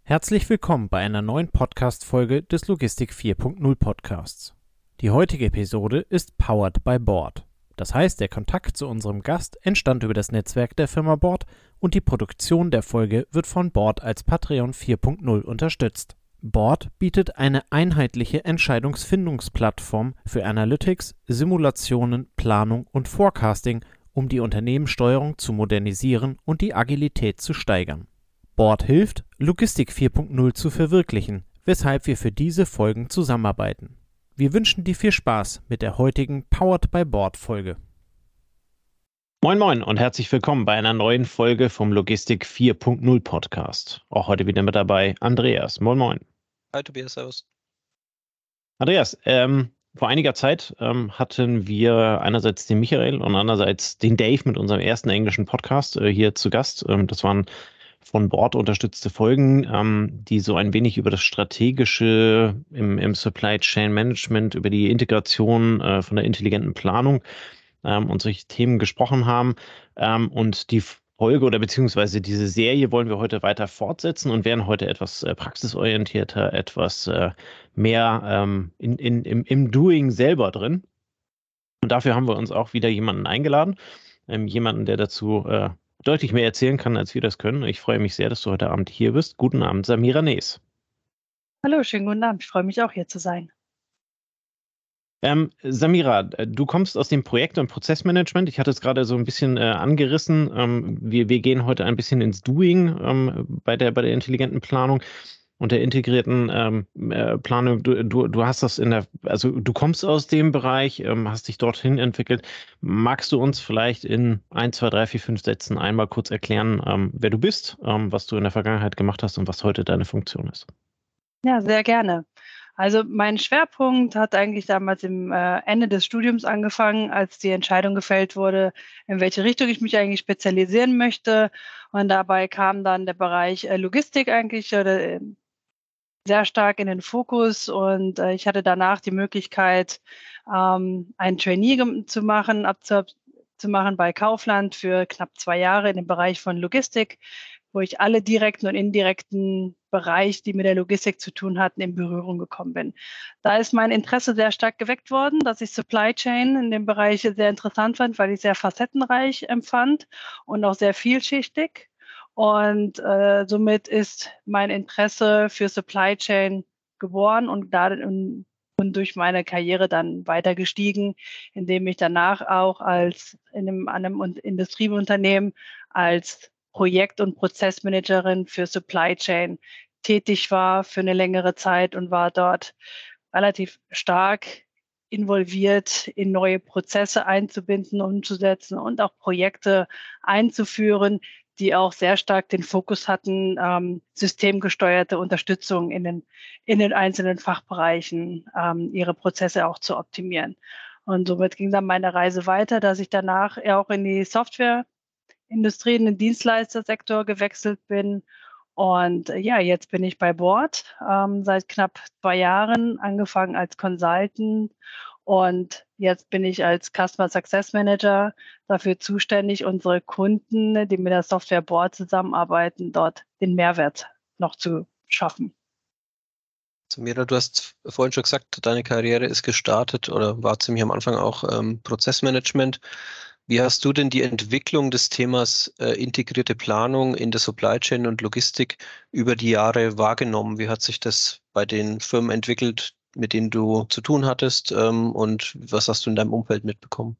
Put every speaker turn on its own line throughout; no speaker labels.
Herzlich willkommen bei einer neuen Podcast-Folge des Logistik 4.0 Podcasts. Die heutige Episode ist powered by Board. Das heißt, der Kontakt zu unserem Gast entstand über das Netzwerk der Firma Board und die Produktion der Folge wird von Board als Patreon 4.0 unterstützt. Board bietet eine einheitliche Entscheidungsfindungsplattform für Analytics, Simulationen, Planung und Forecasting, um die Unternehmenssteuerung zu modernisieren und die Agilität zu steigern. Board hilft, Logistik 4.0 zu verwirklichen, weshalb wir für diese Folgen zusammenarbeiten. Wir wünschen dir viel Spaß mit der heutigen Powered by Board Folge. Moin Moin und herzlich willkommen bei einer neuen Folge vom Logistik 4.0 Podcast. Auch heute wieder mit dabei Andreas. Moin Moin.
Hi Tobias, servus.
Andreas, vor einiger Zeit hatten wir einerseits den Michael und andererseits den Dave mit unserem ersten englischen Podcast hier zu Gast. Das waren von Board unterstützte Folgen, die so ein wenig über das Strategische im Supply Chain Management, über die Integration von der intelligenten Planung und solche Themen gesprochen haben. Und die Folge oder beziehungsweise diese Serie wollen wir heute weiter fortsetzen und werden heute etwas praxisorientierter, etwas mehr im Doing selber drin. Und dafür haben wir uns auch wieder jemanden eingeladen, jemanden, der dazu deutlich mehr erzählen kann, als wir das können. Ich freue mich sehr, dass du heute Abend hier bist. Guten Abend, Samira Nees.
Hallo, schönen guten Abend. Ich freue mich auch, hier zu sein.
Samira, du kommst aus dem Projekt- und Prozessmanagement. Ich hatte es gerade so ein bisschen angerissen. Wir gehen heute ein bisschen ins Doing bei der intelligenten Planung und der integrierten Planung. Du hast das also du kommst aus dem Bereich, hast dich dorthin entwickelt. Magst du uns vielleicht in 1, 2, 3, 4, 5 Sätzen einmal kurz erklären, wer du bist, was du in der Vergangenheit gemacht hast und was heute deine Funktion ist?
Ja, sehr gerne. Also mein Schwerpunkt hat eigentlich damals im Ende des Studiums angefangen, als die Entscheidung gefällt wurde, in welche Richtung ich mich eigentlich spezialisieren möchte. Und dabei kam dann der Bereich Logistik eigentlich sehr stark in den Fokus. Und ich hatte danach die Möglichkeit, ein Trainee zu machen, zu machen bei Kaufland für knapp 2 Jahre in dem Bereich von Logistik, wo ich alle direkten und indirekten Bereich, die mit der Logistik zu tun hatten, in Berührung gekommen bin. Da ist mein Interesse sehr stark geweckt worden, dass ich Supply Chain in dem Bereich sehr interessant fand, weil ich sehr facettenreich empfand und auch sehr vielschichtig. Und somit ist mein Interesse für Supply Chain geboren und durch meine Karriere dann weiter gestiegen, indem ich danach auch an einem Industrieunternehmen als Projekt- und Prozessmanagerin für Supply Chain tätig war für eine längere Zeit und war dort relativ stark involviert, in neue Prozesse einzubinden, umzusetzen und auch Projekte einzuführen, die auch sehr stark den Fokus hatten, systemgesteuerte Unterstützung in den einzelnen Fachbereichen, ihre Prozesse auch zu optimieren. Und somit ging dann meine Reise weiter, dass ich danach auch in die Softwareindustrie, in den Dienstleistersektor gewechselt bin. Und ja, jetzt bin ich bei Board, seit knapp 2 Jahren, angefangen als Consultant. Und jetzt bin ich als Customer Success Manager dafür zuständig, unsere Kunden, die mit der Software Board zusammenarbeiten, dort den Mehrwert noch zu schaffen.
Samira, du hast vorhin schon gesagt, deine Karriere ist gestartet oder war ziemlich am Anfang auch Prozessmanagement. Wie hast du denn die Entwicklung des Themas integrierte Planung in der Supply Chain und Logistik über die Jahre wahrgenommen? Wie hat sich das bei den Firmen entwickelt, mit denen du zu tun hattest, und was hast du in deinem Umfeld mitbekommen?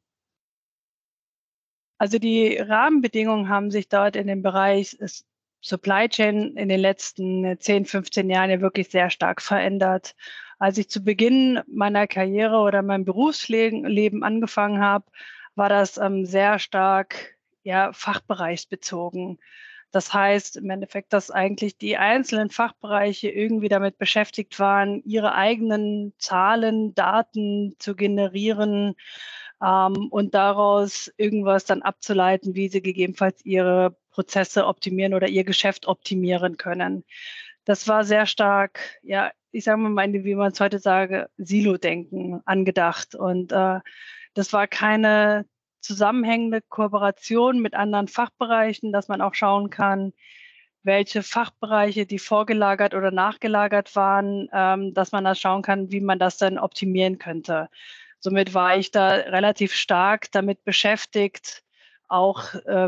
Also die Rahmenbedingungen haben sich dort in dem Bereich Supply Chain in den letzten 10, 15 Jahren ja wirklich sehr stark verändert. Als ich zu Beginn meiner Karriere oder meinem Berufsleben angefangen habe, war das sehr stark fachbereichsbezogen. Das heißt im Endeffekt, dass eigentlich die einzelnen Fachbereiche irgendwie damit beschäftigt waren, ihre eigenen Zahlen, Daten zu generieren, und daraus irgendwas dann abzuleiten, wie sie gegebenenfalls ihre Prozesse optimieren oder ihr Geschäft optimieren können. Das war sehr stark, ja, ich sage mal, wie man es heute sage, Silo-Denken angedacht. Und das war keine zusammenhängende Kooperation mit anderen Fachbereichen, dass man auch schauen kann, welche Fachbereiche, die vorgelagert oder nachgelagert waren, dass man da schauen kann, wie man das dann optimieren könnte. Somit war ich da relativ stark damit beschäftigt, auch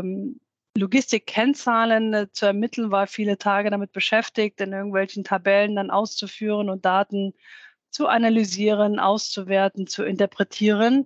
Logistikkennzahlen zu ermitteln, war viele Tage damit beschäftigt, in irgendwelchen Tabellen dann auszuführen und Daten zu analysieren, auszuwerten, zu interpretieren,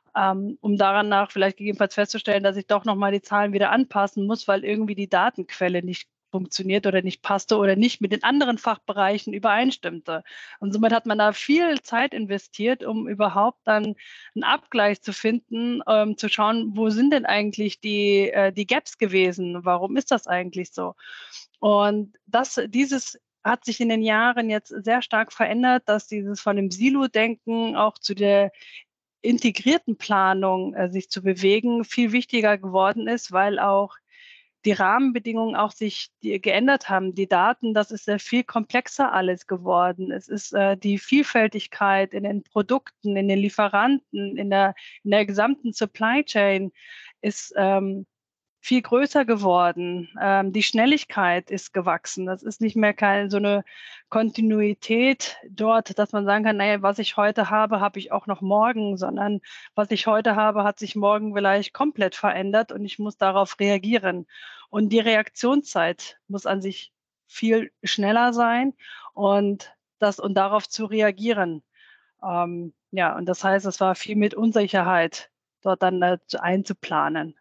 um daran nach vielleicht gegebenenfalls festzustellen, dass ich doch nochmal die Zahlen wieder anpassen muss, weil irgendwie die Datenquelle nicht funktioniert oder nicht passte oder nicht mit den anderen Fachbereichen übereinstimmte. Und somit hat man da viel Zeit investiert, um überhaupt dann einen Abgleich zu finden, zu schauen, wo sind denn eigentlich die Gaps gewesen? Warum ist das eigentlich so? Und dieses hat sich in den Jahren jetzt sehr stark verändert, dass dieses von dem Silo-Denken auch zu der integrierten Planung sich zu bewegen, viel wichtiger geworden ist, weil auch die Rahmenbedingungen auch sich geändert haben. Die Daten, das ist sehr viel komplexer alles geworden. Es ist die Vielfältigkeit in den Produkten, in den Lieferanten, in der gesamten Supply Chain ist viel größer geworden. Die Schnelligkeit ist gewachsen. Das ist nicht mehr so eine Kontinuität dort, dass man sagen kann, naja, was ich heute habe, habe ich auch noch morgen, sondern was ich heute habe, hat sich morgen vielleicht komplett verändert und ich muss darauf reagieren. Und die Reaktionszeit muss an sich viel schneller sein und darauf zu reagieren. Ja, und das heißt, es war viel mit Unsicherheit, dort dann einzuplanen.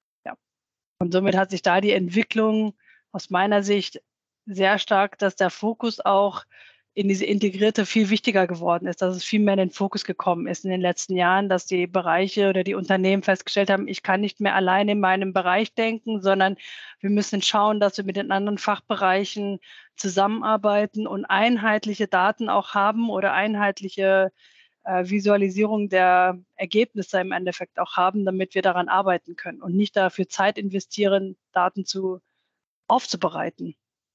Und somit hat sich da die Entwicklung aus meiner Sicht sehr stark, dass der Fokus auch in diese Integrierte viel wichtiger geworden ist, dass es viel mehr in den Fokus gekommen ist in den letzten Jahren, dass die Bereiche oder die Unternehmen festgestellt haben, ich kann nicht mehr allein in meinem Bereich denken, sondern wir müssen schauen, dass wir mit den anderen Fachbereichen zusammenarbeiten und einheitliche Daten auch haben oder einheitliche Visualisierung der Ergebnisse im Endeffekt auch haben, damit wir daran arbeiten können und nicht dafür Zeit investieren, Daten aufzubereiten.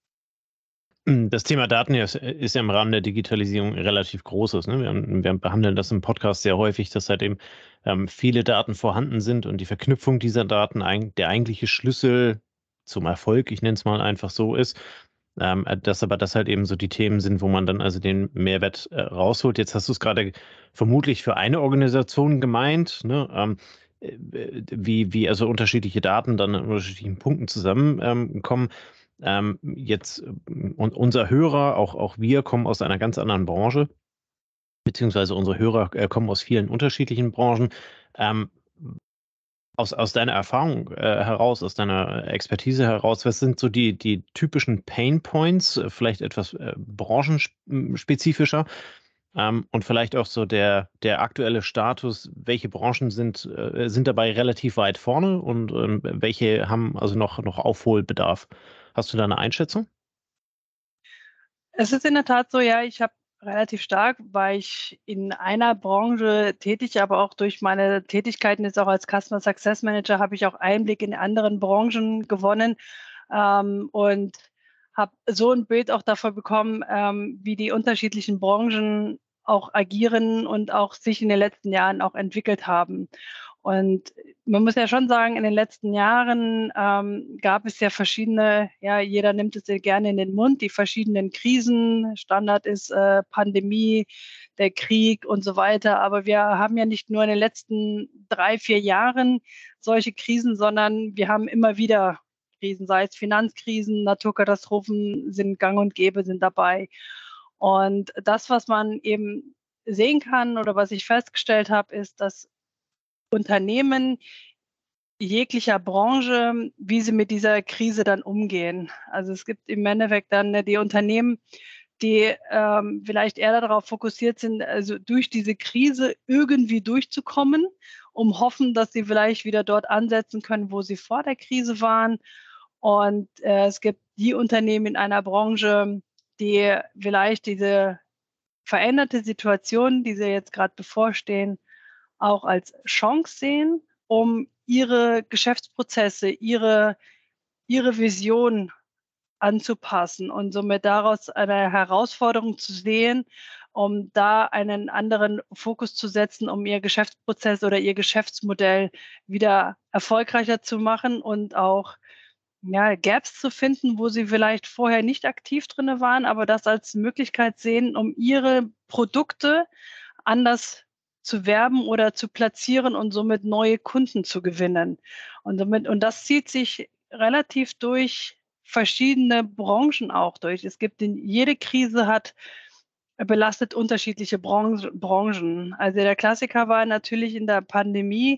Das Thema Daten ist ja im Rahmen der Digitalisierung relativ großes. Ne? Wir behandeln das im Podcast sehr häufig, dass seitdem viele Daten vorhanden sind und die Verknüpfung dieser Daten der eigentliche Schlüssel zum Erfolg, ich nenne es mal einfach so, ist. Dass aber das halt eben so die Themen sind, wo man dann also den Mehrwert rausholt. Jetzt hast du es gerade vermutlich für eine Organisation gemeint, ne? Wie also unterschiedliche Daten dann an unterschiedlichen Punkten zusammenkommen. Und unser Hörer, auch wir kommen aus einer ganz anderen Branche, beziehungsweise unsere Hörer kommen aus vielen unterschiedlichen Branchen. Aus deiner Erfahrung heraus, aus deiner Expertise heraus, was sind so die typischen Pain Points, vielleicht etwas branchenspezifischer und vielleicht auch so der aktuelle Status, welche Branchen sind dabei relativ weit vorne und welche haben also noch Aufholbedarf? Hast du da eine Einschätzung?
Es ist in der Tat so, ja, ich habe relativ stark, war ich in einer Branche tätig, aber auch durch meine Tätigkeiten jetzt auch als Customer Success Manager habe ich auch Einblick in anderen Branchen gewonnen und habe so ein Bild auch davon bekommen, wie die unterschiedlichen Branchen auch agieren und auch sich in den letzten Jahren auch entwickelt haben. Und man muss ja schon sagen, in den letzten Jahren gab es ja verschiedene, ja, jeder nimmt es ja gerne in den Mund, die verschiedenen Krisen. Standard ist Pandemie, der Krieg und so weiter. Aber wir haben ja nicht nur in den letzten 3-4 Jahren solche Krisen, sondern wir haben immer wieder Krisen, sei es Finanzkrisen, Naturkatastrophen sind gang und gäbe, sind dabei. Und das, was man eben sehen kann oder was ich festgestellt habe, ist, dass Unternehmen jeglicher Branche, wie sie mit dieser Krise dann umgehen. Also es gibt im Endeffekt dann die Unternehmen, die vielleicht eher darauf fokussiert sind, also durch diese Krise irgendwie durchzukommen, hoffen, dass sie vielleicht wieder dort ansetzen können, wo sie vor der Krise waren. Und es gibt die Unternehmen in einer Branche, die vielleicht diese veränderte Situation, die sie jetzt gerade bevorstehen, auch als Chance sehen, um ihre Geschäftsprozesse, ihre Vision anzupassen und somit daraus eine Herausforderung zu sehen, um da einen anderen Fokus zu setzen, um ihr Geschäftsprozess oder ihr Geschäftsmodell wieder erfolgreicher zu machen und auch Gaps zu finden, wo sie vielleicht vorher nicht aktiv drin waren, aber das als Möglichkeit sehen, um ihre Produkte anders zu werben oder zu platzieren und somit neue Kunden zu gewinnen. Und das zieht sich relativ durch verschiedene Branchen auch durch. Jede Krise belastet unterschiedliche Branchen. Also der Klassiker war natürlich in der Pandemie,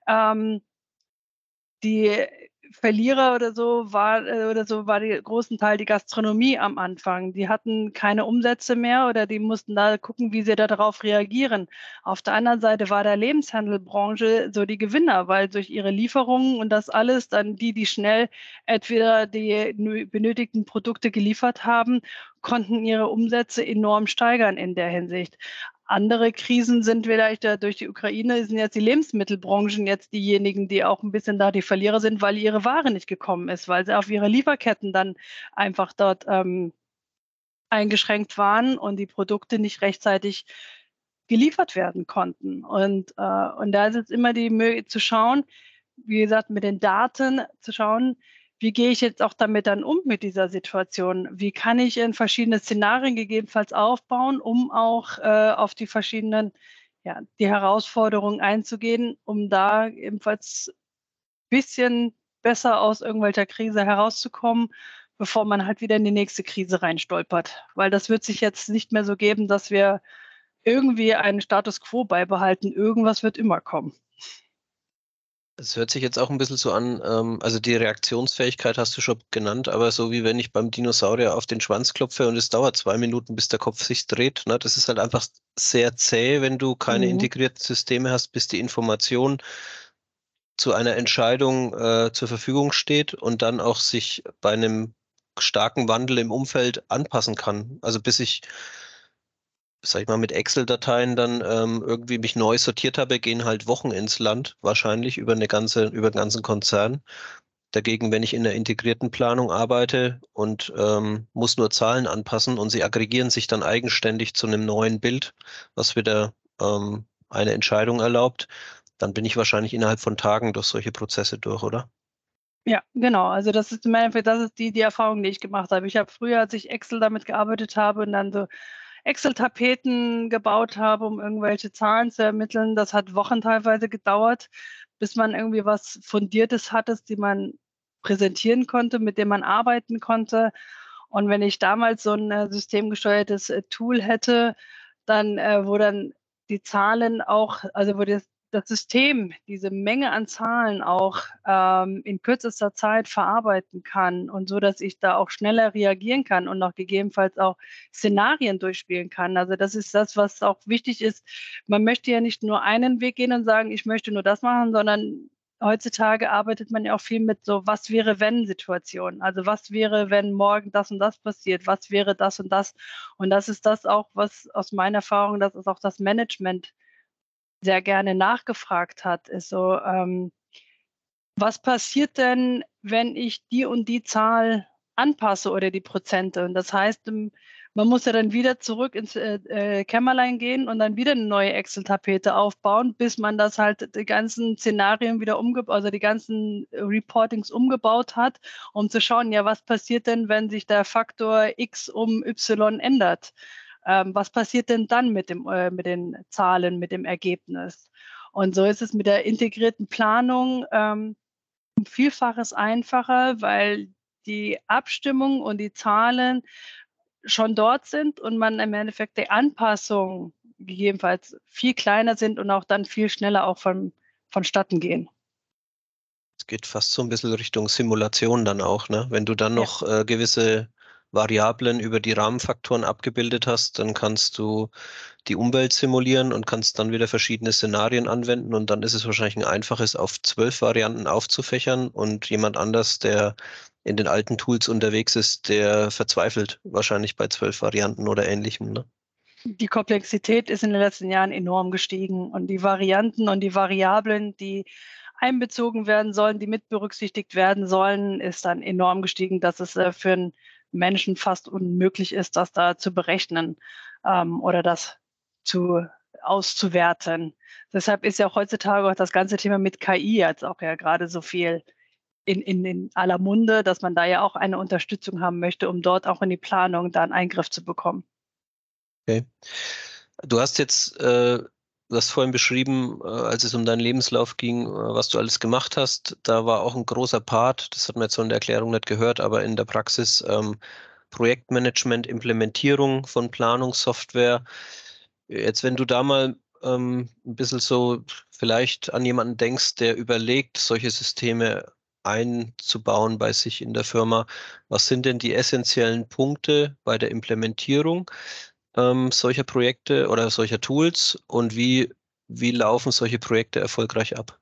die Verlierer oder so war der großen Teil die Gastronomie am Anfang. Die hatten keine Umsätze mehr oder die mussten da gucken, wie sie da darauf reagieren. Auf der anderen Seite war der Lebenshandelbranche so die Gewinner, weil durch ihre Lieferungen und das alles dann die schnell entweder die benötigten Produkte geliefert haben, konnten ihre Umsätze enorm steigern in der Hinsicht. Andere Krisen sind vielleicht durch die Ukraine, sind jetzt die Lebensmittelbranchen jetzt diejenigen, die auch ein bisschen da die Verlierer sind, weil ihre Ware nicht gekommen ist, weil sie auf ihre Lieferketten dann einfach dort eingeschränkt waren und die Produkte nicht rechtzeitig geliefert werden konnten. Und da ist jetzt immer die Möglichkeit zu schauen, wie gesagt, mit den Daten zu schauen, wie gehe ich jetzt auch damit dann um mit dieser Situation? Wie kann ich in verschiedene Szenarien gegebenenfalls aufbauen, um auch auf die verschiedenen, die Herausforderungen einzugehen, um da ebenfalls ein bisschen besser aus irgendwelcher Krise herauszukommen, bevor man halt wieder in die nächste Krise reinstolpert. Weil das wird sich jetzt nicht mehr so geben, dass wir irgendwie einen Status quo beibehalten. Irgendwas wird immer kommen.
Es hört sich jetzt auch ein bisschen so an, also die Reaktionsfähigkeit hast du schon genannt, aber so wie wenn ich beim Dinosaurier auf den Schwanz klopfe und es dauert 2 Minuten, bis der Kopf sich dreht, ne? Das ist halt einfach sehr zäh, wenn du keine integrierten Systeme hast, bis die Information zu einer Entscheidung zur Verfügung steht und dann auch sich bei einem starken Wandel im Umfeld anpassen kann. Also bis ich, sag ich mal, mit Excel-Dateien dann irgendwie mich neu sortiert habe, gehen halt Wochen ins Land, wahrscheinlich über den ganzen Konzern. Dagegen, wenn ich in der integrierten Planung arbeite und muss nur Zahlen anpassen und sie aggregieren sich dann eigenständig zu einem neuen Bild, was wieder eine Entscheidung erlaubt, dann bin ich wahrscheinlich innerhalb von Tagen durch solche Prozesse durch, oder?
Ja, genau. Also das ist im Endeffekt, das ist die Erfahrung, die ich gemacht habe. Ich habe früher, als ich Excel damit gearbeitet habe und dann so Excel-Tapeten gebaut habe, um irgendwelche Zahlen zu ermitteln, das hat Wochen teilweise gedauert, bis man irgendwie was Fundiertes hatte, die man präsentieren konnte, mit dem man arbeiten konnte. Und wenn ich damals so ein systemgesteuertes Tool hätte, dann wo dann die Zahlen auch, also wo das System diese Menge an Zahlen auch in kürzester Zeit verarbeiten kann und so, dass ich da auch schneller reagieren kann und noch gegebenenfalls auch Szenarien durchspielen kann. Also das ist das, was auch wichtig ist. Man möchte ja nicht nur einen Weg gehen und sagen, ich möchte nur das machen, sondern heutzutage arbeitet man ja auch viel mit so was wäre wenn Situationen. Also was wäre, wenn morgen das und das passiert? Was wäre das und das? Und das ist das auch, was aus meiner Erfahrung, das ist auch das Management sehr gerne nachgefragt hat, ist so, was passiert denn, wenn ich die und die Zahl anpasse oder die Prozente? Und das heißt, man muss ja dann wieder zurück ins Kämmerlein gehen und dann wieder eine neue Excel-Tapete aufbauen, bis man das halt die ganzen Szenarien wieder also die ganzen Reportings umgebaut hat, um zu schauen, ja, was passiert denn, wenn sich der Faktor X um Y ändert? Was passiert denn dann mit den Zahlen, mit dem Ergebnis? Und so ist es mit der integrierten Planung um Vielfaches einfacher, weil die Abstimmung und die Zahlen schon dort sind und man im Endeffekt die Anpassungen gegebenenfalls viel kleiner sind und auch dann viel schneller auch vonstatten gehen.
Es geht fast so ein bisschen Richtung Simulation dann auch, ne? Wenn du dann noch gewisse Variablen über die Rahmenfaktoren abgebildet hast, dann kannst du die Umwelt simulieren und kannst dann wieder verschiedene Szenarien anwenden und dann ist es wahrscheinlich ein einfaches, auf 12 Varianten aufzufächern und jemand anders, der in den alten Tools unterwegs ist, der verzweifelt wahrscheinlich bei 12 Varianten oder Ähnlichem, ne?
Die Komplexität ist in den letzten Jahren enorm gestiegen und die Varianten und die Variablen, die einbezogen werden sollen, die mit berücksichtigt werden sollen, ist dann enorm gestiegen, dass es für einen Menschen fast unmöglich ist, das da zu berechnen oder das auszuwerten. Deshalb ist ja auch heutzutage auch das ganze Thema mit KI jetzt auch ja gerade so viel in aller Munde, dass man da ja auch eine Unterstützung haben möchte, um dort auch in die Planung da einen Eingriff zu bekommen.
Okay. Du hast jetzt, du hast vorhin beschrieben, als es um deinen Lebenslauf ging, was du alles gemacht hast. Da war auch ein großer Part, das hat man jetzt so in der Erklärung nicht gehört, aber in der Praxis Projektmanagement, Implementierung von Planungssoftware. Jetzt, wenn du da mal ein bisschen so vielleicht an jemanden denkst, der überlegt, solche Systeme einzubauen bei sich in der Firma, was sind denn die essentiellen Punkte bei der Implementierung solcher Projekte oder solcher Tools und wie laufen solche Projekte erfolgreich ab?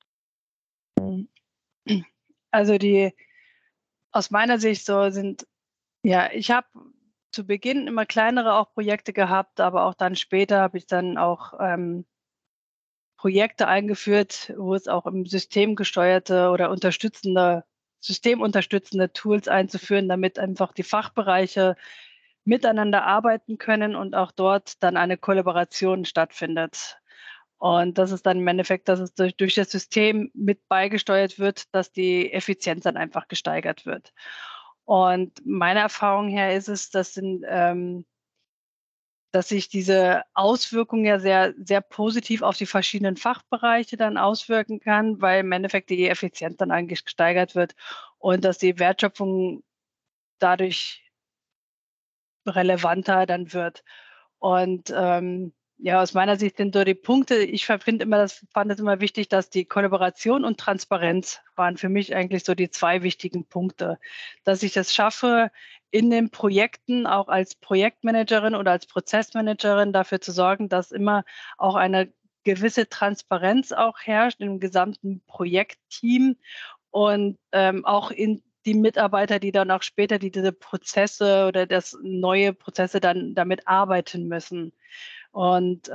Also aus meiner Sicht so sind, ja, ich habe zu Beginn immer kleinere auch Projekte gehabt, aber auch dann später habe ich dann auch Projekte eingeführt, wo es auch im System gesteuerte oder systemunterstützende Tools einzuführen, damit einfach die Fachbereiche miteinander arbeiten können und auch dort dann eine Kollaboration stattfindet. Und das ist dann im Endeffekt, dass es durch das System mit beigesteuert wird, dass die Effizienz dann einfach gesteigert wird. Und meiner Erfahrung her ist es, dass sich diese Auswirkung ja sehr, sehr positiv auf die verschiedenen Fachbereiche dann auswirken kann, weil im Endeffekt die Effizienz dann eigentlich gesteigert wird und dass die Wertschöpfung dadurch relevanter dann wird. Und ja, aus meiner Sicht sind so die Punkte, ich fand es immer wichtig, dass die Kollaboration und Transparenz waren für mich eigentlich so die zwei wichtigen Punkte. Dass ich es schaffe, in den Projekten auch als Projektmanagerin oder als Prozessmanagerin dafür zu sorgen, dass immer auch eine gewisse Transparenz auch herrscht im gesamten Projektteam und auch in die Mitarbeiter, die dann auch später diese Prozesse oder das neue Prozesse dann damit arbeiten müssen. Und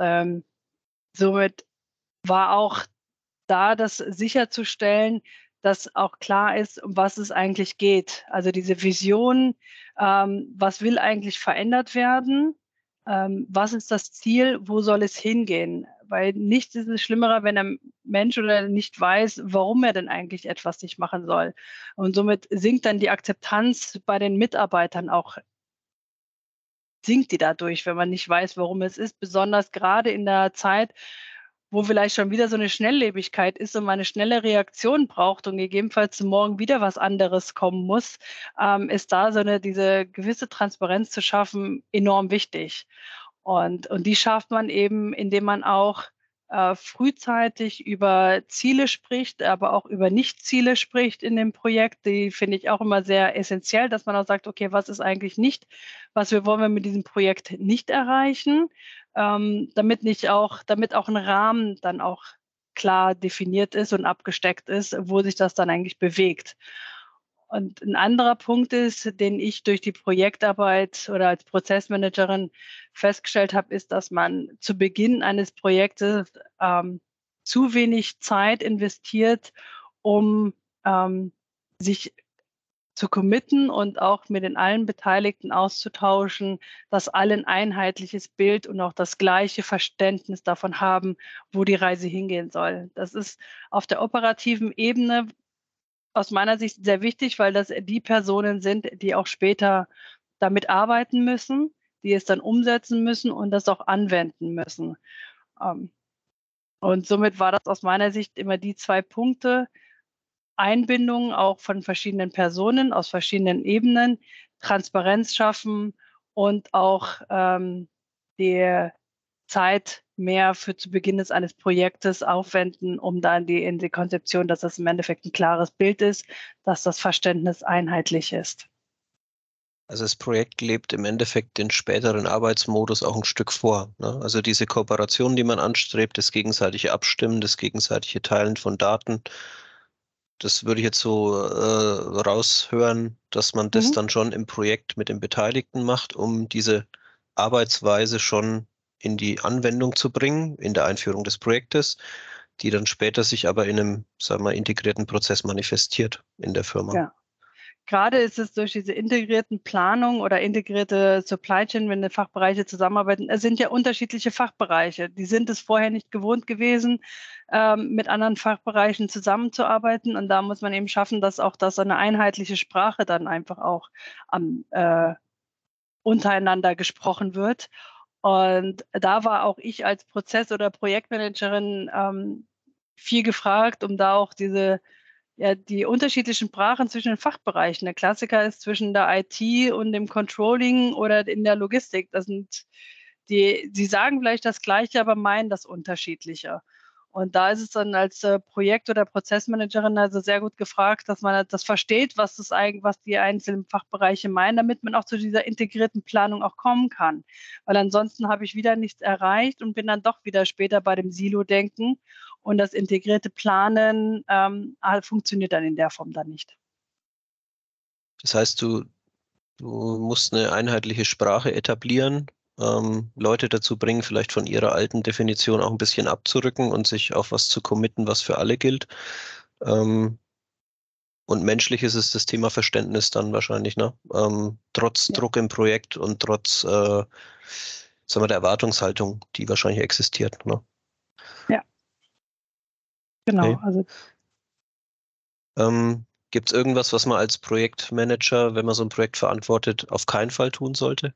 somit war auch da das sicherzustellen, dass auch klar ist, um was es eigentlich geht. Also diese Vision, was will eigentlich verändert werden? Was ist das Ziel? Wo soll es hingehen? Weil nichts ist es schlimmerer, wenn ein Mensch oder nicht weiß, warum er denn eigentlich etwas nicht machen soll. Und somit sinkt dann die Akzeptanz bei den Mitarbeitern auch, sinkt die dadurch, wenn man nicht weiß, warum es ist. Besonders gerade in der Zeit, wo vielleicht schon wieder so eine Schnelllebigkeit ist und man eine schnelle Reaktion braucht und gegebenenfalls morgen wieder was anderes kommen muss, ist da diese gewisse Transparenz zu schaffen enorm wichtig. Und die schafft man eben, indem man auch frühzeitig über Ziele spricht, aber auch über Nicht-Ziele spricht in dem Projekt. Die finde ich auch immer sehr essentiell, dass man auch sagt, okay, was ist eigentlich nicht, wollen wir mit diesem Projekt nicht erreichen, damit auch ein Rahmen dann auch klar definiert ist und abgesteckt ist, wo sich das dann eigentlich bewegt. Und ein anderer Punkt ist, den ich durch die Projektarbeit oder als Prozessmanagerin festgestellt habe, ist, dass man zu Beginn eines Projektes zu wenig Zeit investiert, um sich zu committen und auch mit den allen Beteiligten auszutauschen, dass alle ein einheitliches Bild und auch das gleiche Verständnis davon haben, wo die Reise hingehen soll. Das ist auf der operativen Ebene aus meiner Sicht sehr wichtig, weil das die Personen sind, die auch später damit arbeiten müssen, die es dann umsetzen müssen und das auch anwenden müssen. Und somit war das aus meiner Sicht immer die zwei Punkte: Einbindung auch von verschiedenen Personen aus verschiedenen Ebenen, Transparenz schaffen und auch die Zeit mehr zu Beginn eines Projektes aufwenden, um dann in die Konzeption, dass das im Endeffekt ein klares Bild ist, dass das Verständnis einheitlich ist.
Also das Projekt lebt im Endeffekt den späteren Arbeitsmodus auch ein Stück vor, ne? Also diese Kooperation, die man anstrebt, das gegenseitige Abstimmen, das gegenseitige Teilen von Daten, das würde ich jetzt so raushören, dass man das dann schon im Projekt mit den Beteiligten macht, um diese Arbeitsweise schon in die Anwendung zu bringen, in der Einführung des Projektes, die dann später sich aber in einem, sagen wir mal, integrierten Prozess manifestiert in der Firma.
Ja, gerade ist es durch diese integrierten Planung oder integrierte Supply Chain, wenn die Fachbereiche zusammenarbeiten, es sind ja unterschiedliche Fachbereiche. Die sind es vorher nicht gewohnt gewesen, mit anderen Fachbereichen zusammenzuarbeiten. Und da muss man eben schaffen, dass auch das eine einheitliche Sprache dann einfach auch untereinander gesprochen wird. Und da war auch ich als Prozess- oder Projektmanagerin viel gefragt, um da auch die unterschiedlichen Sprachen zwischen den Fachbereichen. Der Klassiker ist zwischen der IT und dem Controlling oder in der Logistik. Sie sagen vielleicht das Gleiche, aber meinen das Unterschiedliche. Und da ist es dann als Projekt- oder Prozessmanagerin also sehr gut gefragt, dass man das versteht, was die einzelnen Fachbereiche meinen, damit man auch zu dieser integrierten Planung auch kommen kann. Weil ansonsten habe ich wieder nichts erreicht und bin dann doch wieder später bei dem Silo-Denken. Und das integrierte Planen funktioniert dann in der Form dann nicht.
Das heißt, du musst eine einheitliche Sprache etablieren, Leute dazu bringen, vielleicht von ihrer alten Definition auch ein bisschen abzurücken und sich auf was zu committen, was für alle gilt. Und menschlich ist es das Thema Verständnis dann wahrscheinlich, ne? Trotz Druck im Projekt und trotz sagen wir, der Erwartungshaltung, die wahrscheinlich existiert, ne?
Ja. Genau.
Okay. Also gibt es irgendwas, was man als Projektmanager, wenn man so ein Projekt verantwortet, auf keinen Fall tun sollte?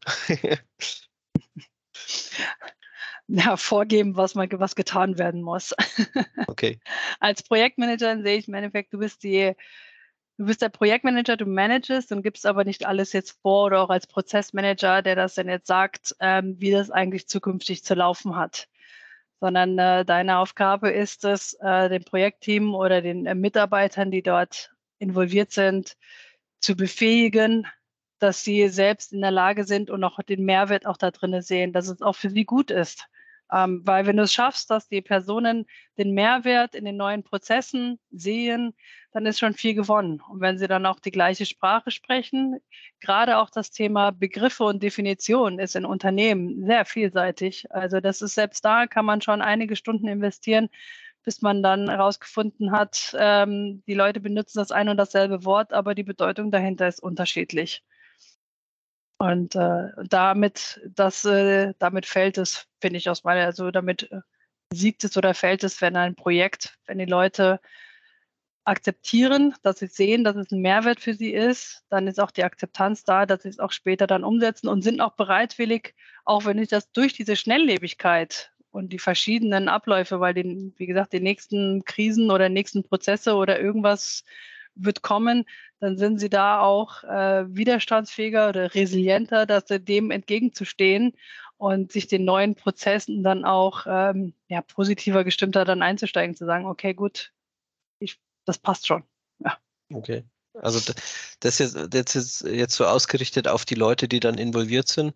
Ja, vorgeben, was getan werden muss.
Okay.
Als Projektmanager sehe ich im Endeffekt, du bist der Projektmanager, du managest und gibst aber nicht alles jetzt vor, oder auch als Prozessmanager, der das dann jetzt sagt, wie das eigentlich zukünftig zu laufen hat. Sondern deine Aufgabe ist es, dem Projektteam oder den Mitarbeitern, die dort involviert sind, zu befähigen, dass sie selbst in der Lage sind und auch den Mehrwert auch da drin sehen, dass es auch für sie gut ist. Weil wenn du es schaffst, dass die Personen den Mehrwert in den neuen Prozessen sehen, dann ist schon viel gewonnen. Und wenn sie dann auch die gleiche Sprache sprechen, gerade auch das Thema Begriffe und Definition ist in Unternehmen sehr vielseitig. Also das ist, selbst da kann man schon einige Stunden investieren, bis man dann herausgefunden hat, die Leute benutzen das ein und dasselbe Wort, aber die Bedeutung dahinter ist unterschiedlich. Und damit fällt es, finde ich damit siegt es oder fällt es, wenn die Leute akzeptieren, dass sie sehen, dass es ein Mehrwert für sie ist, dann ist auch die Akzeptanz da, dass sie es auch später dann umsetzen und sind auch bereitwillig, auch wenn ich das durch diese Schnelllebigkeit und die verschiedenen Abläufe, weil wie gesagt, die nächsten Krisen oder nächsten Prozesse oder irgendwas wird kommen, dann sind sie da auch widerstandsfähiger oder resilienter, dass sie dem entgegenzustehen und sich den neuen Prozessen dann auch positiver gestimmter dann einzusteigen, zu sagen, okay, gut, das passt schon. Ja.
Okay. Also das ist jetzt so ausgerichtet auf die Leute, die dann involviert sind.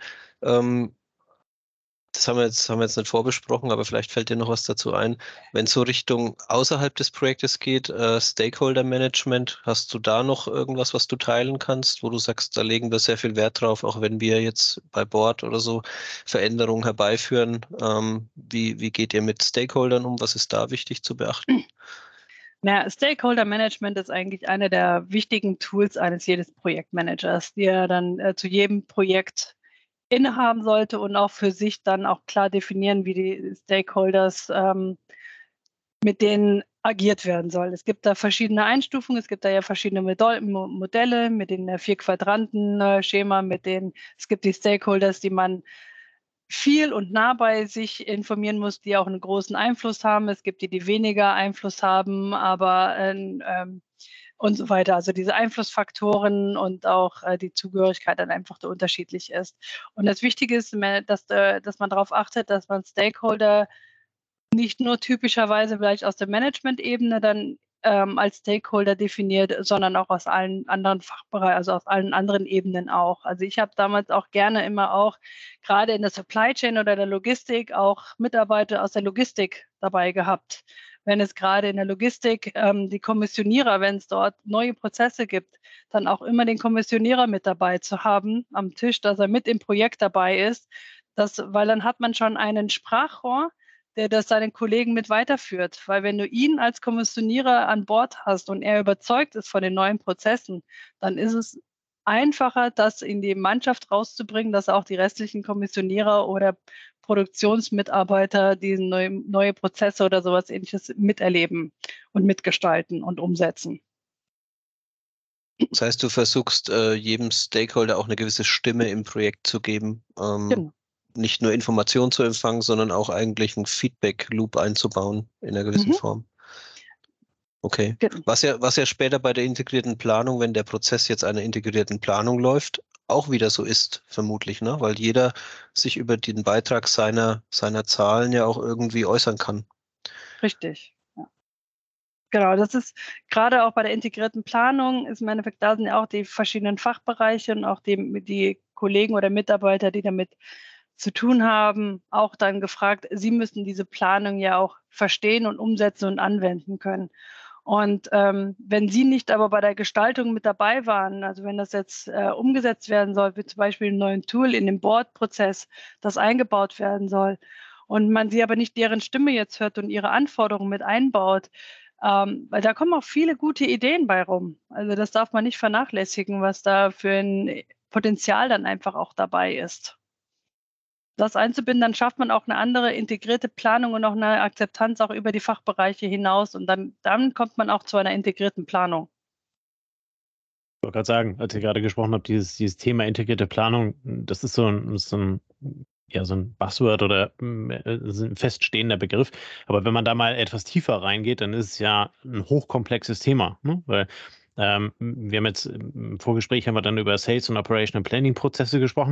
Das haben wir jetzt nicht vorbesprochen, aber vielleicht fällt dir noch was dazu ein. Wenn es so Richtung außerhalb des Projektes geht, Stakeholder Management, hast du da noch irgendwas, was du teilen kannst, wo du sagst, da legen wir sehr viel Wert drauf, auch wenn wir jetzt bei Board oder so Veränderungen herbeiführen. Wie geht ihr mit Stakeholdern um? Was ist da wichtig zu beachten?
Stakeholder Management ist eigentlich eine der wichtigen Tools eines jedes Projektmanagers, die er dann zu jedem Projekt innehaben sollte und auch für sich dann auch klar definieren, wie die Stakeholders mit denen agiert werden soll. Es gibt da verschiedene Einstufungen, es gibt da ja verschiedene Modelle mit den 4-Quadranten-Schema, es gibt die Stakeholders, die man viel und nah bei sich informieren muss, die auch einen großen Einfluss haben. Es gibt die weniger Einfluss haben, aber und so weiter. Also diese Einflussfaktoren und auch die Zugehörigkeit dann einfach unterschiedlich ist. Und das Wichtige ist, dass man darauf achtet, dass man Stakeholder nicht nur typischerweise vielleicht aus der Management-Ebene dann als Stakeholder definiert, sondern auch aus allen anderen Fachbereichen, also aus allen anderen Ebenen auch. Also ich habe damals auch gerne immer auch gerade in der Supply Chain oder der Logistik auch Mitarbeiter aus der Logistik dabei gehabt. Wenn es gerade in der Logistik die Kommissionierer, wenn es dort neue Prozesse gibt, dann auch immer den Kommissionierer mit dabei zu haben am Tisch, dass er mit im Projekt dabei ist, weil dann hat man schon einen Sprachrohr, der das seinen Kollegen mit weiterführt. Weil wenn du ihn als Kommissionierer an Bord hast und er überzeugt ist von den neuen Prozessen, dann ist es einfacher, das in die Mannschaft rauszubringen, dass auch die restlichen Kommissionierer oder Produktionsmitarbeiter diese neue Prozesse oder sowas Ähnliches miterleben und mitgestalten und umsetzen.
Das heißt, du versuchst jedem Stakeholder auch eine gewisse Stimme im Projekt zu geben,
Genau.
nicht nur Informationen zu empfangen, sondern auch eigentlich einen Feedback-Loop einzubauen in einer gewissen Form. Okay.
Genau.
Was ja später bei der integrierten Planung, wenn der Prozess jetzt einer integrierten Planung läuft, auch wieder so ist, vermutlich, ne? Weil jeder sich über den Beitrag seiner Zahlen ja auch irgendwie äußern kann.
Richtig. Ja. Genau, das ist gerade auch bei der integrierten Planung, ist im Endeffekt, da sind ja auch die verschiedenen Fachbereiche und auch die Kollegen oder Mitarbeiter, die damit zu tun haben, auch dann gefragt, sie müssen diese Planung ja auch verstehen und umsetzen und anwenden können. Und wenn Sie nicht aber bei der Gestaltung mit dabei waren, also wenn das jetzt umgesetzt werden soll, wie zum Beispiel ein neues Tool in den Board-Prozess, das eingebaut werden soll, und man Sie aber nicht deren Stimme jetzt hört und ihre Anforderungen mit einbaut, weil da kommen auch viele gute Ideen bei rum. Also das darf man nicht vernachlässigen, was da für ein Potenzial dann einfach auch dabei ist. Das einzubinden, dann schafft man auch eine andere integrierte Planung und auch eine Akzeptanz auch über die Fachbereiche hinaus und dann kommt man auch zu einer integrierten Planung.
Ich wollte gerade sagen, als ihr gerade gesprochen habt, dieses Thema integrierte Planung, das ist so ein Buzzword oder so ein feststehender Begriff. Aber wenn man da mal etwas tiefer reingeht, dann ist es ja ein hochkomplexes Thema, ne? Weil wir haben jetzt im Vorgespräch haben wir dann über Sales und Operational Planning Prozesse gesprochen.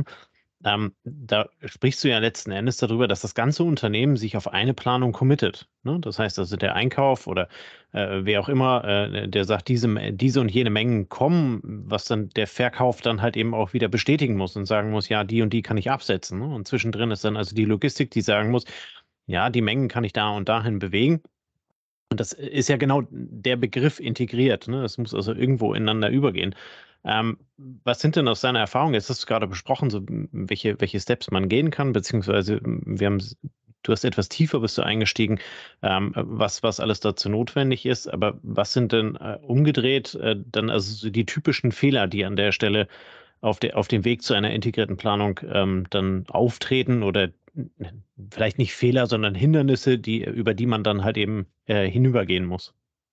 Da sprichst du ja letzten Endes darüber, dass das ganze Unternehmen sich auf eine Planung committet, ne? Das heißt also, der Einkauf oder wer auch immer, der sagt, diese und jene Mengen kommen, was dann der Verkauf dann halt eben auch wieder bestätigen muss und sagen muss, ja, die und die kann ich absetzen, ne? Und zwischendrin ist dann also die Logistik, die sagen muss, ja, die Mengen kann ich da und dahin bewegen. Und das ist ja genau der Begriff integriert, ne? Es muss also irgendwo ineinander übergehen. Was sind denn aus deiner Erfahrung, jetzt hast du gerade besprochen, so welche Steps man gehen kann, beziehungsweise du hast etwas tiefer bist du eingestiegen, was alles dazu notwendig ist, aber was sind denn umgedreht dann also so die typischen Fehler, die an der Stelle auf dem Weg zu einer integrierten Planung dann auftreten oder vielleicht nicht Fehler, sondern Hindernisse, über die man dann halt eben hinübergehen muss.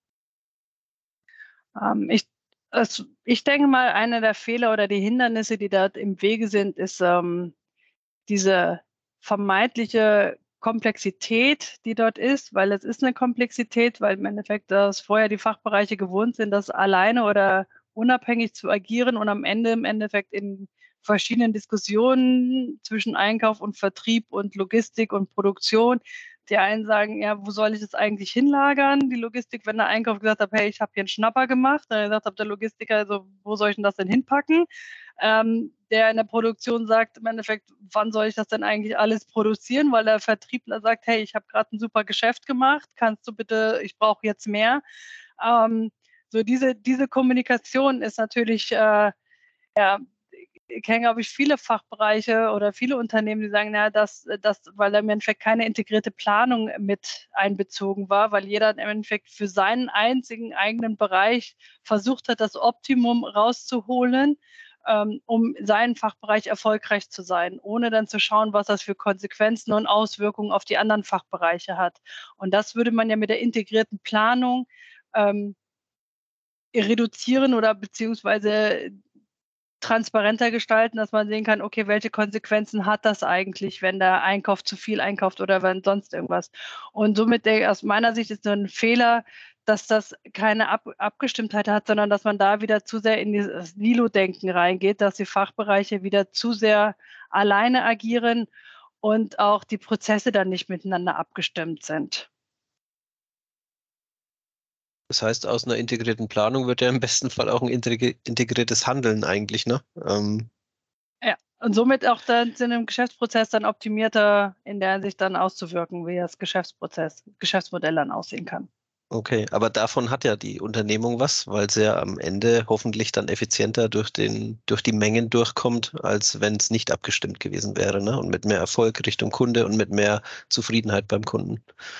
Ich denke mal, einer der Fehler oder die Hindernisse, die dort im Wege sind, ist diese vermeintliche Komplexität, die dort ist, weil es ist eine Komplexität, weil im Endeffekt das vorher die Fachbereiche gewohnt sind, das alleine oder unabhängig zu agieren und am Ende im Endeffekt in verschiedenen Diskussionen zwischen Einkauf und Vertrieb und Logistik und Produktion. Die einen sagen, ja, wo soll ich das eigentlich hinlagern? Die Logistik, wenn der Einkauf gesagt hat, hey, ich habe hier einen Schnapper gemacht, dann gesagt hat der Logistiker, also wo soll ich denn das denn hinpacken? Der in der Produktion sagt im Endeffekt, wann soll ich das denn eigentlich alles produzieren? Weil der Vertriebler sagt, hey, ich habe gerade ein super Geschäft gemacht, kannst du bitte, ich brauche jetzt mehr. So diese Kommunikation ist natürlich, ich kenne, glaube ich, viele Fachbereiche oder viele Unternehmen, die sagen, na, weil da im Endeffekt keine integrierte Planung mit einbezogen war, weil jeder im Endeffekt für seinen einzigen eigenen Bereich versucht hat, das Optimum rauszuholen, um seinen Fachbereich erfolgreich zu sein, ohne dann zu schauen, was das für Konsequenzen und Auswirkungen auf die anderen Fachbereiche hat. Und das würde man ja mit der integrierten Planung reduzieren oder beziehungsweise transparenter gestalten, dass man sehen kann, okay, welche Konsequenzen hat das eigentlich, wenn der Einkauf zu viel einkauft oder wenn sonst irgendwas. Und somit aus meiner Sicht ist nur ein Fehler, dass das keine Abgestimmtheit hat, sondern dass man da wieder zu sehr in dieses Silo-Denken reingeht, dass die Fachbereiche wieder zu sehr alleine agieren und auch die Prozesse dann nicht miteinander abgestimmt sind.
Das heißt, aus einer integrierten Planung wird ja im besten Fall auch ein integriertes Handeln eigentlich, ne?
Ja, und somit auch dann in einem Geschäftsprozess dann optimierter in der Hinsicht dann auszuwirken, wie das Geschäftsmodell dann aussehen kann.
Okay, aber davon hat ja die Unternehmung was, weil sie ja am Ende hoffentlich dann effizienter durch die Mengen durchkommt, als wenn es nicht abgestimmt gewesen wäre, ne? Und mit mehr Erfolg Richtung Kunde und mit mehr Zufriedenheit beim Kunden.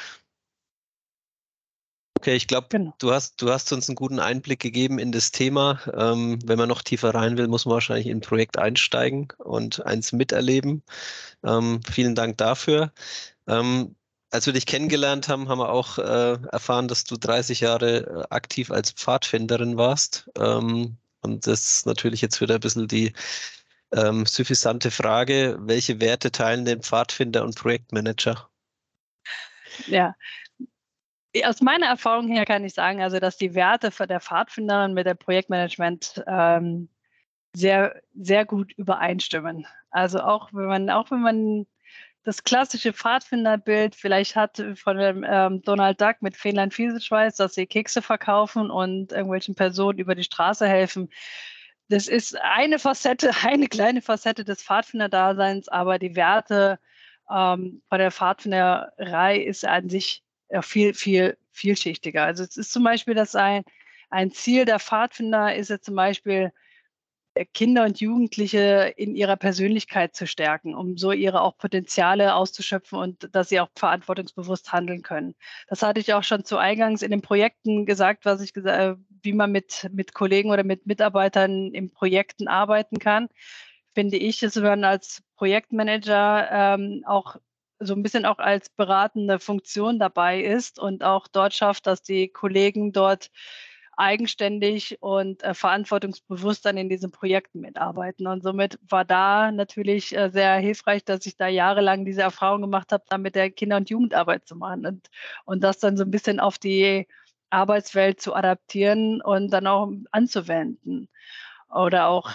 Okay, ich glaube,
Genau.
du hast uns einen guten Einblick gegeben in das Thema. Wenn man noch tiefer rein will, muss man wahrscheinlich in ein Projekt einsteigen und eins miterleben. Vielen Dank dafür. Als wir dich kennengelernt haben, haben wir auch erfahren, dass du 30 Jahre aktiv als Pfadfinderin warst. Und das ist natürlich jetzt wieder ein bisschen die suffisante Frage, welche Werte teilen denn Pfadfinder und Projektmanager?
Ja, aus meiner Erfahrung her kann ich sagen, also dass die Werte von der Pfadfinderin mit dem Projektmanagement sehr, sehr gut übereinstimmen. Also auch wenn man das klassische Pfadfinderbild vielleicht hat von dem Donald Duck mit Fähnlein Fieselschweiß, dass sie Kekse verkaufen und irgendwelchen Personen über die Straße helfen. Das ist eine Facette, eine kleine Facette des Pfadfinderdaseins, aber die Werte von der Pfadfinderei ist an sich viel, viel vielschichtiger. Also es ist zum Beispiel, dass ein Ziel der Pfadfinder ist jetzt zum Beispiel, Kinder und Jugendliche in ihrer Persönlichkeit zu stärken, um so ihre auch Potenziale auszuschöpfen und dass sie auch verantwortungsbewusst handeln können. Das hatte ich auch schon zu Eingangs in den Projekten gesagt, wie man mit Kollegen oder mit Mitarbeitern in Projekten arbeiten kann. Finde ich, dass man als Projektmanager auch so ein bisschen auch als beratende Funktion dabei ist und auch dort schafft, dass die Kollegen dort eigenständig und verantwortungsbewusst dann in diesen Projekten mitarbeiten. Und somit war da natürlich sehr hilfreich, dass ich da jahrelang diese Erfahrung gemacht habe, da mit der Kinder- und Jugendarbeit zu machen und das dann so ein bisschen auf die Arbeitswelt zu adaptieren und dann auch anzuwenden. Oder auch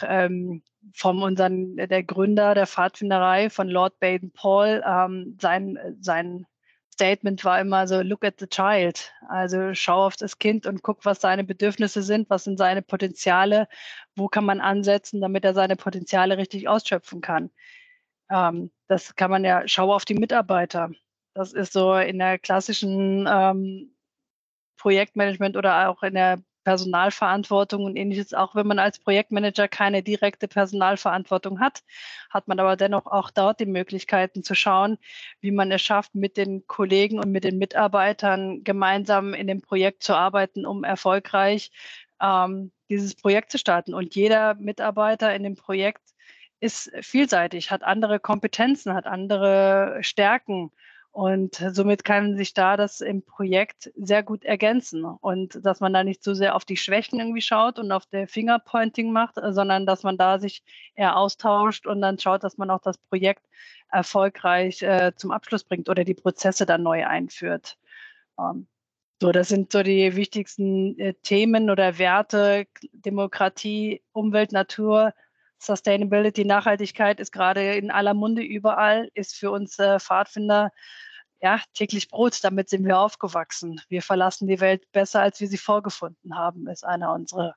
der Gründer der Pfadfinderei von Lord Baden-Powell, sein Statement war immer so, look at the child. Also schau auf das Kind und guck, was seine Bedürfnisse sind, was sind seine Potenziale, wo kann man ansetzen, damit er seine Potenziale richtig ausschöpfen kann. Das kann man ja, schau auf die Mitarbeiter. Das ist so in der klassischen Projektmanagement oder auch in der Personalverantwortung und Ähnliches. Auch wenn man als Projektmanager keine direkte Personalverantwortung hat, hat man aber dennoch auch dort die Möglichkeiten zu schauen, wie man es schafft, mit den Kollegen und mit den Mitarbeitern gemeinsam in dem Projekt zu arbeiten, um erfolgreich dieses Projekt zu starten. Und jeder Mitarbeiter in dem Projekt ist vielseitig, hat andere Kompetenzen, hat andere Stärken. Und somit kann sich da das im Projekt sehr gut ergänzen und dass man da nicht so sehr auf die Schwächen irgendwie schaut und auf der Fingerpointing macht, sondern dass man da sich eher austauscht und dann schaut, dass man auch das Projekt erfolgreich zum Abschluss bringt oder die Prozesse dann neu einführt. So, das sind so die wichtigsten Themen oder Werte: Demokratie, Umwelt, Natur. Sustainability, Nachhaltigkeit ist gerade in aller Munde überall, ist für uns Pfadfinder ja täglich Brot. Damit sind wir aufgewachsen. Wir verlassen die Welt besser, als wir sie vorgefunden haben, ist einer unserer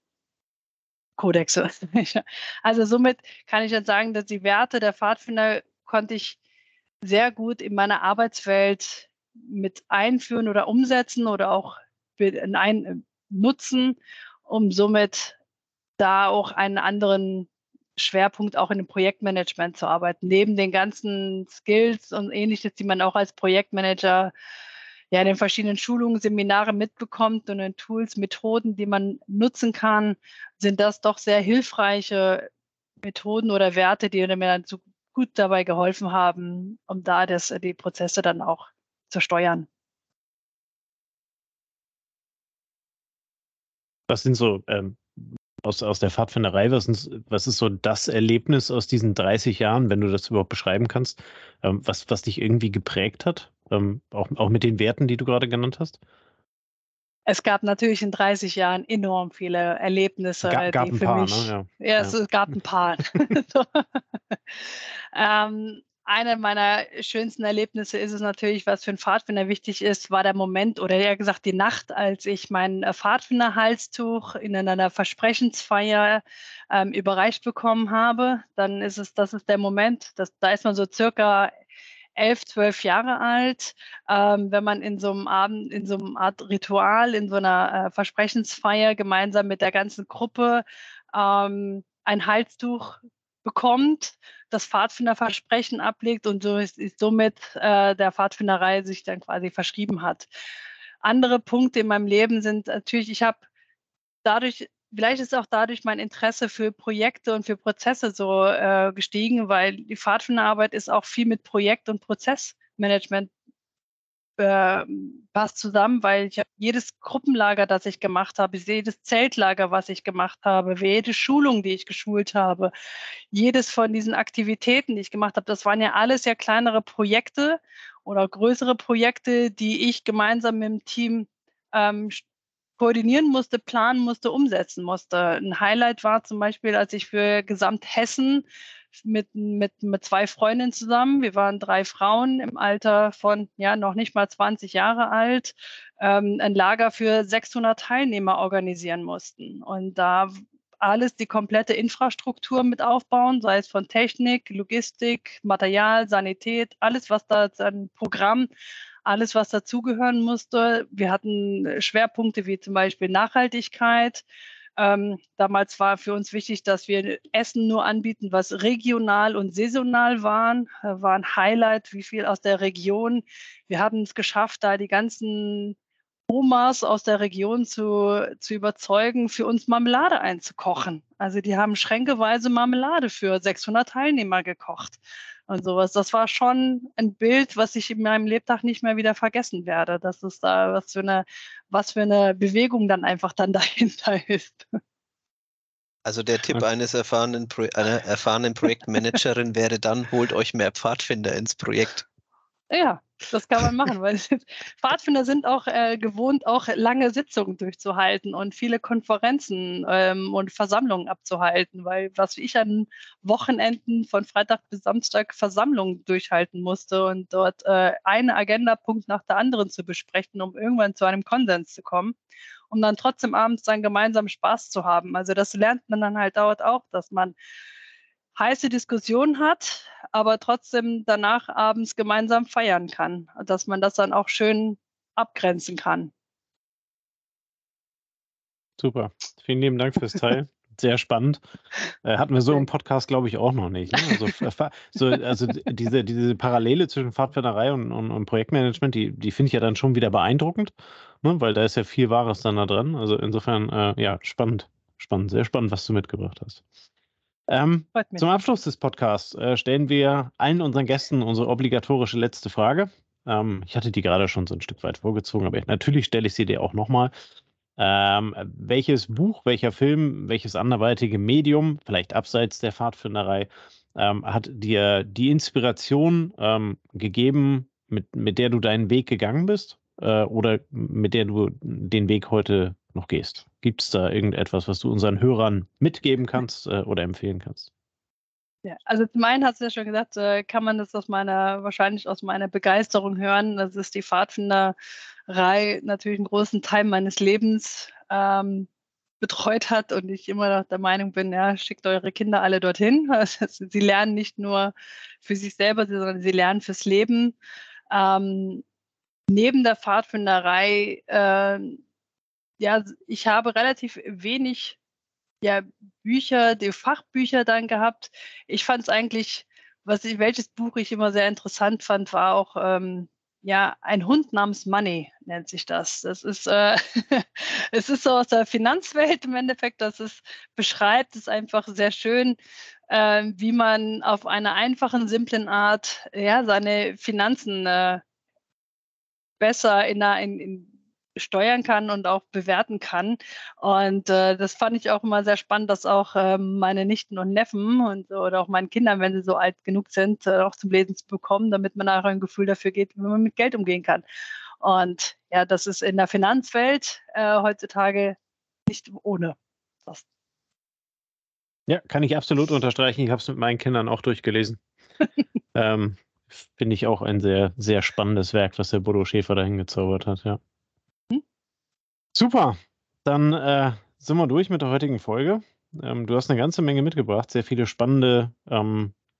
Kodexe. Also somit kann ich jetzt sagen, dass die Werte der Pfadfinder konnte ich sehr gut in meiner Arbeitswelt mit einführen oder umsetzen oder auch nutzen, um somit da auch einen anderen Schwerpunkt auch in dem Projektmanagement zu arbeiten. Neben den ganzen Skills und Ähnliches, die man auch als Projektmanager ja in den verschiedenen Schulungen, Seminaren mitbekommt und in Tools, Methoden, die man nutzen kann, sind das doch sehr hilfreiche Methoden oder Werte, die mir dann so gut dabei geholfen haben, um da die Prozesse dann auch zu steuern.
Was sind so aus der Pfadfinderei, was ist so das Erlebnis aus diesen 30 Jahren, wenn du das überhaupt beschreiben kannst, was dich irgendwie geprägt hat, auch mit den Werten, die du gerade genannt hast?
Es gab natürlich in 30 Jahren enorm viele Erlebnisse,
Gab
die
ein
für
paar,
mich,
ne?
ja, es gab ein paar. So. Eine meiner schönsten Erlebnisse ist es natürlich, was für einen Pfadfinder wichtig ist, war der Moment oder eher gesagt die Nacht, als ich mein Pfadfinderhalstuch in einer Versprechensfeier überreicht bekommen habe. Das ist der Moment, da ist man so circa 11, 12 Jahre alt. Wenn man in so einem Art Ritual, in so einer Versprechensfeier gemeinsam mit der ganzen Gruppe ein Halstuch bekommt, das Pfadfinderversprechen ablegt und so ist somit der Pfadfinderei sich dann quasi verschrieben hat. Andere Punkte in meinem Leben sind natürlich, ich habe dadurch, vielleicht ist auch dadurch mein Interesse für Projekte und für Prozesse so gestiegen, weil die Pfadfinderarbeit ist auch viel mit Projekt- und Prozessmanagement passt zusammen, weil ich habe jedes Gruppenlager, das ich gemacht habe, jedes Zeltlager, was ich gemacht habe, jede Schulung, die ich geschult habe, jedes von diesen Aktivitäten, die ich gemacht habe, das waren ja alles ja kleinere Projekte oder größere Projekte, die ich gemeinsam mit dem Team koordinieren musste, planen musste, umsetzen musste. Ein Highlight war zum Beispiel, als ich für Gesamthessen mit 2 Freundinnen zusammen, wir waren 3 Frauen im Alter von noch nicht mal 20 Jahre alt, ein Lager für 600 Teilnehmer organisieren mussten. Und da alles, die komplette Infrastruktur mit aufbauen, sei es von Technik, Logistik, Material, Sanität, alles, was da an Programm, alles, was dazugehören musste. Wir hatten Schwerpunkte wie zum Beispiel Nachhaltigkeit. Damals war für uns wichtig, dass wir Essen nur anbieten, was regional und saisonal waren. War ein Highlight, wie viel aus der Region. Wir haben es geschafft, da die ganzen Omas aus der Region zu überzeugen, für uns Marmelade einzukochen. Also die haben schränkeweise Marmelade für 600 Teilnehmer gekocht und sowas. Das war schon ein Bild, was ich in meinem Lebtag nicht mehr wieder vergessen werde. Das ist da was für eine Bewegung dann einfach dann dahinter ist.
Also der Tipp einer erfahrenen Projektmanagerin wäre dann, holt euch mehr Pfadfinder ins Projekt.
Ja, das kann man machen, weil Pfadfinder sind auch gewohnt, auch lange Sitzungen durchzuhalten und viele Konferenzen und Versammlungen abzuhalten, weil was ich an Wochenenden von Freitag bis Samstag Versammlungen durchhalten musste und dort einen Agendapunkt nach der anderen zu besprechen, um irgendwann zu einem Konsens zu kommen, um dann trotzdem abends dann gemeinsam Spaß zu haben. Also das lernt man dann halt dort auch, dass man heiße Diskussionen hat, aber trotzdem danach abends gemeinsam feiern kann, dass man das dann auch schön abgrenzen kann.
Super. Vielen lieben Dank fürs Teilen. Sehr spannend. Hatten wir so im Podcast, glaube ich, auch noch nicht. Ne? Also diese Parallele zwischen Pfadfinderei und Projektmanagement, die finde ich ja dann schon wieder beeindruckend, ne? Weil da ist ja viel Wahres dann da dran. Also insofern, spannend. Spannend, sehr spannend, was du mitgebracht hast. Zum Abschluss des Podcasts stellen wir allen unseren Gästen unsere obligatorische letzte Frage. Ich hatte die gerade schon so ein Stück weit vorgezogen, aber natürlich stelle ich sie dir auch nochmal. Welches Buch, welcher Film, welches anderweitige Medium, vielleicht abseits der Pfadfinderei, hat dir die Inspiration gegeben, mit der du deinen Weg gegangen bist oder mit der du den Weg heute noch gehst? Gibt es da irgendetwas, was du unseren Hörern mitgeben kannst oder empfehlen kannst?
Ja, also zum einen hast du ja schon gesagt, kann man das wahrscheinlich aus meiner Begeisterung hören. Das ist die Pfadfinderei natürlich einen großen Teil meines Lebens betreut hat und ich immer noch der Meinung bin, ja, schickt eure Kinder alle dorthin. Also, sie lernen nicht nur für sich selber, sondern sie lernen fürs Leben. Neben der Pfadfinderei, ich habe relativ wenig die Fachbücher dann gehabt. Ich fand es eigentlich, welches Buch ich immer sehr interessant fand, war auch Ein Hund namens Money nennt sich das. Das ist es ist so aus der Finanzwelt im Endeffekt, beschreibt es einfach sehr schön, wie man auf einer einfachen, simplen Art seine Finanzen besser in steuern kann und auch bewerten kann. Und das fand ich auch immer sehr spannend, dass auch meine Nichten und Neffen oder auch meinen Kindern, wenn sie so alt genug sind, auch zum Lesen zu bekommen, damit man nachher ein Gefühl dafür geht, wie man mit Geld umgehen kann. Und ja, das ist in der Finanzwelt heutzutage nicht ohne.
Ja, kann ich absolut unterstreichen. Ich habe es mit meinen Kindern auch durchgelesen. Finde ich auch ein sehr, sehr spannendes Werk, was der Bodo Schäfer da hingezaubert hat, ja. Super, dann sind wir durch mit der heutigen Folge. Du hast eine ganze Menge mitgebracht, sehr viele spannende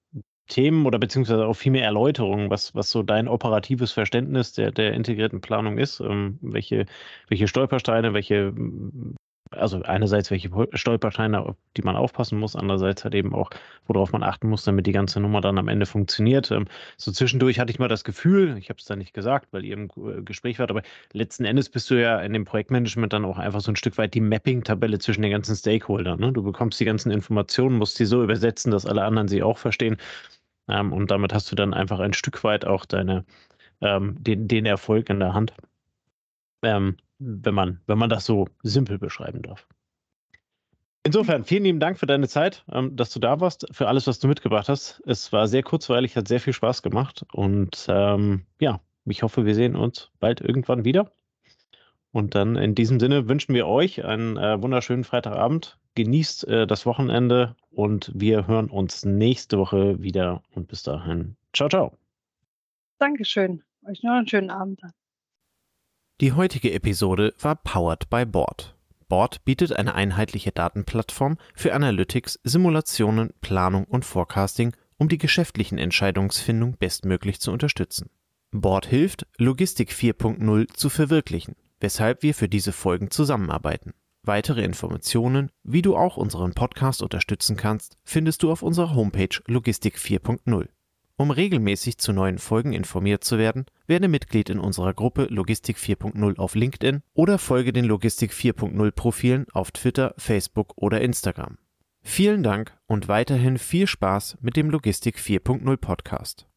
Themen oder beziehungsweise auch viel mehr Erläuterungen, was so dein operatives Verständnis der integrierten Planung ist, welche Stolpersteine, also einerseits welche Stolpersteine, auf die man aufpassen muss, andererseits halt eben auch, worauf man achten muss, damit die ganze Nummer dann am Ende funktioniert. So zwischendurch hatte ich mal das Gefühl, ich habe es da nicht gesagt, weil ihr im Gespräch wart, aber letzten Endes bist du ja in dem Projektmanagement dann auch einfach so ein Stück weit die Mapping-Tabelle zwischen den ganzen Stakeholdern. Ne? Du bekommst die ganzen Informationen, musst sie so übersetzen, dass alle anderen sie auch verstehen. Und damit hast du dann einfach ein Stück weit auch den Erfolg in der Hand. Wenn man das so simpel beschreiben darf. Insofern, vielen lieben Dank für deine Zeit, dass du da warst, für alles, was du mitgebracht hast. Es war sehr kurzweilig, hat sehr viel Spaß gemacht und ich hoffe, wir sehen uns bald irgendwann wieder. Und dann in diesem Sinne wünschen wir euch einen wunderschönen Freitagabend. Genießt das Wochenende und wir hören uns nächste Woche wieder und bis dahin. Ciao, ciao.
Dankeschön. Euch noch einen schönen Abend.
Die heutige Episode war powered by Board. Board bietet eine einheitliche Datenplattform für Analytics, Simulationen, Planung und Forecasting, um die geschäftlichen Entscheidungsfindung bestmöglich zu unterstützen. Board hilft, Logistik 4.0 zu verwirklichen, weshalb wir für diese Folgen zusammenarbeiten. Weitere Informationen, wie du auch unseren Podcast unterstützen kannst, findest du auf unserer Homepage Logistik 4.0. Um regelmäßig zu neuen Folgen informiert zu werden, werde Mitglied in unserer Gruppe Logistik 4.0 auf LinkedIn oder folge den Logistik 4.0 Profilen auf Twitter, Facebook oder Instagram. Vielen Dank und weiterhin viel Spaß mit dem Logistik 4.0 Podcast.